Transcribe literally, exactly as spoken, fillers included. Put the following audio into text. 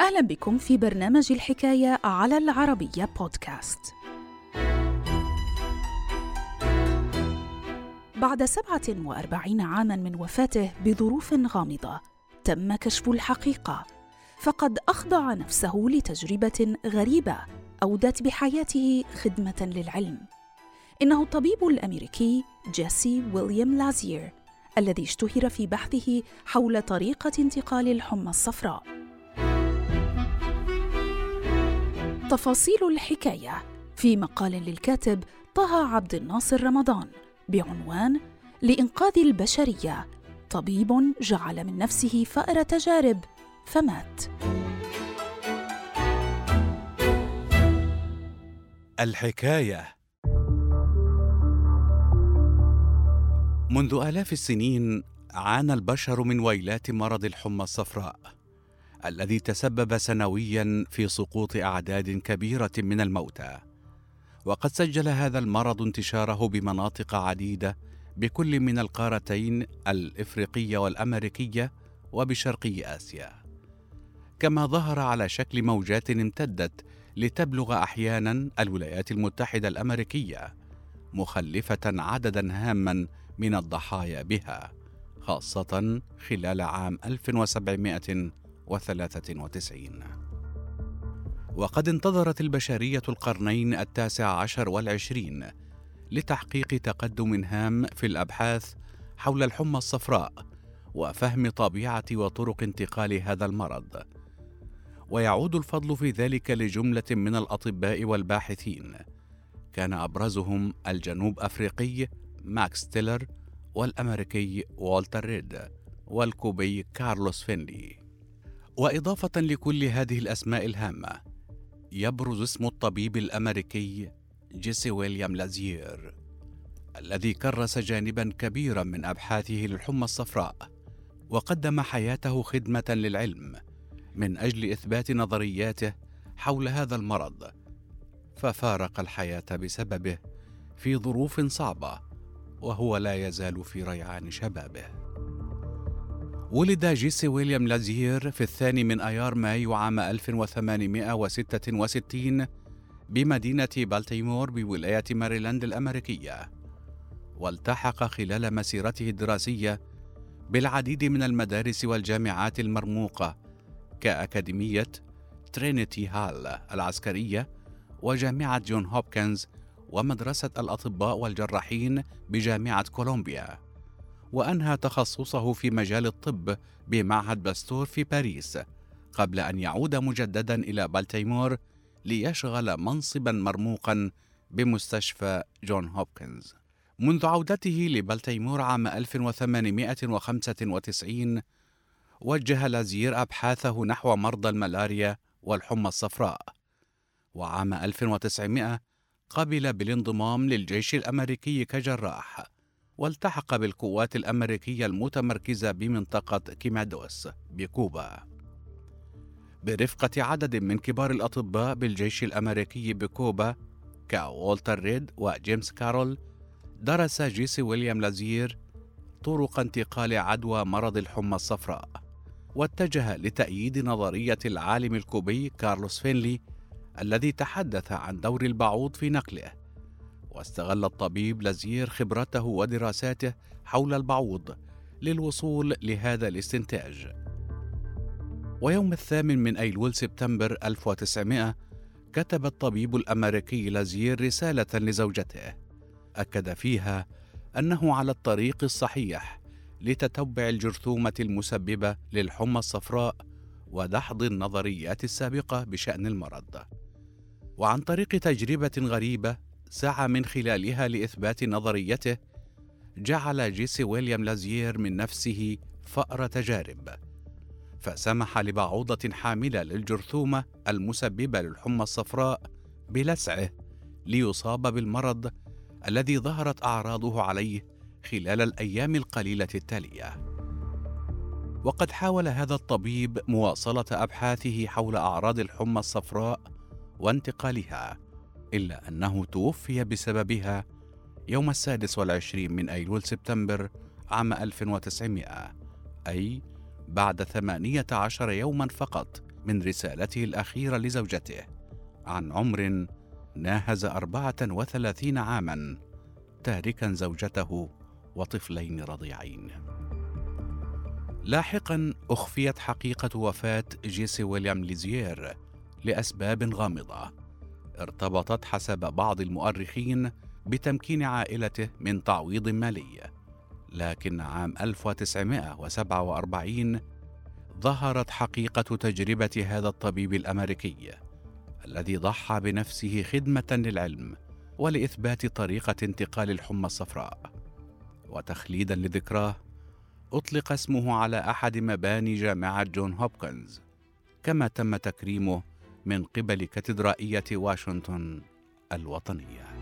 أهلا بكم في برنامج الحكاية على العربية بودكاست. بعد سبعة وأربعين عاماً من وفاته بظروف غامضة تم كشف الحقيقة، فقد أخضع نفسه لتجربة غريبة أودت بحياته خدمة للعلم. إنه الطبيب الأمريكي جيسي ويليام لازير الذي اشتهر في بحثه حول طريقة انتقال الحمى الصفراء. تفاصيل الحكاية في مقال للكاتب طه عبد الناصر رمضان بعنوان لإنقاذ البشرية، طبيب جعل من نفسه فأر تجارب فمات. الحكاية. منذ آلاف السنين عانى البشر من ويلات مرض الحمى الصفراء الذي تسبب سنوياً في سقوط أعداد كبيرة من الموتى، وقد سجل هذا المرض انتشاره بمناطق عديدة بكل من القارتين الإفريقية والأمريكية وبشرقي آسيا، كما ظهر على شكل موجات امتدت لتبلغ أحياناً الولايات المتحدة الأمريكية، مخلفة عدداً هاماً من الضحايا بها، خاصة خلال عام ألف وسبعمائة وثلاثة وتسعين. وقد انتظرت البشرية القرنين التاسع عشر والعشرين لتحقيق تقدم هام في الأبحاث حول الحمى الصفراء وفهم طبيعة وطرق انتقال هذا المرض، ويعود الفضل في ذلك لجملة من الأطباء والباحثين، كان أبرزهم الجنوب أفريقي ماكس تيلر، والأمريكي والتر ريد، والكوبي كارلوس فينلي. وإضافة لكل هذه الأسماء الهامة، يبرز اسم الطبيب الأمريكي جيسي ويليام لازير الذي كرس جانبا كبيرا من أبحاثه للحمى الصفراء، وقدم حياته خدمة للعلم من أجل إثبات نظرياته حول هذا المرض، ففارق الحياة بسببه في ظروف صعبة وهو لا يزال في ريعان شبابه. ولد جيسي ويليام لازير في الثاني من أيار مايو عام ألف وثمانمائة وستة وستين بمدينة بالتيمور بولاية ماريلاند الأمريكية، والتحق خلال مسيرته الدراسية بالعديد من المدارس والجامعات المرموقة كأكاديمية ترينيتي هال العسكرية، وجامعة جون هوبكنز، ومدرسة الأطباء والجراحين بجامعة كولومبيا، وأنهى تخصصه في مجال الطب بمعهد باستور في باريس، قبل أن يعود مجددا إلى بالتيمور ليشغل منصبا مرموقا بمستشفى جون هوبكنز. منذ عودته لبالتيمور عام ألف وثمانمائة وخمسة وتسعين وجه لازير أبحاثه نحو مرضى الملاريا والحمى الصفراء، وعام ألف وتسعمائة قبل بالانضمام للجيش الأمريكي كجراح، والتحق بالقوات الأمريكية المتمركزة بمنطقة كيمادوس بكوبا برفقة عدد من كبار الأطباء بالجيش الأمريكي بكوبا كوالتر ريد وجيمس كارول. درس جيسي ويليام لازير طرق انتقال عدوى مرض الحمى الصفراء، واتجه لتأييد نظرية العالم الكوبي كارلوس فينلي الذي تحدث عن دور البعوض في نقله. واستغل الطبيب لازير خبرته ودراساته حول البعوض للوصول لهذا الاستنتاج. ويوم الثامن من أيلول سبتمبر ألف وتسعمائة كتب الطبيب الأمريكي لازير رسالة لزوجته أكد فيها أنه على الطريق الصحيح لتتبع الجرثومة المسببة للحمى الصفراء ودحض النظريات السابقة بشأن المرض، وعن طريق تجربة غريبة سعى من خلالها لإثبات نظريته، جعل جيسي ويليام لازير من نفسه فأر تجارب، فسمح لبعوضة حاملة للجرثومة المسببة للحمى الصفراء بلسعه ليصاب بالمرض الذي ظهرت أعراضه عليه خلال الأيام القليلة التالية. وقد حاول هذا الطبيب مواصلة أبحاثه حول أعراض الحمى الصفراء وانتقالها، إلا أنه توفي بسببها يوم السادس والعشرين من أيلول سبتمبر عام ألف وتسعمائة، أي بعد ثمانية عشر يوما فقط من رسالته الأخيرة لزوجته عن عمر ناهز أربعة وثلاثين عاماً، تاركاً زوجته وطفلين رضيعين. لاحقاً أخفيت حقيقة وفاة جيسي ويليام ليزيير لأسباب غامضة ارتبطت حسب بعض المؤرخين بتمكين عائلته من تعويض مالي، لكن عام ألف وتسعمائة وسبعة وأربعين ظهرت حقيقة تجربة هذا الطبيب الأمريكي الذي ضحى بنفسه خدمة للعلم ولإثبات طريقة انتقال الحمى الصفراء. وتخليداً لذكراه أطلق اسمه على أحد مباني جامعة جون هوبكنز، كما تم تكريمه من قبل كاتدرائية واشنطن الوطنية.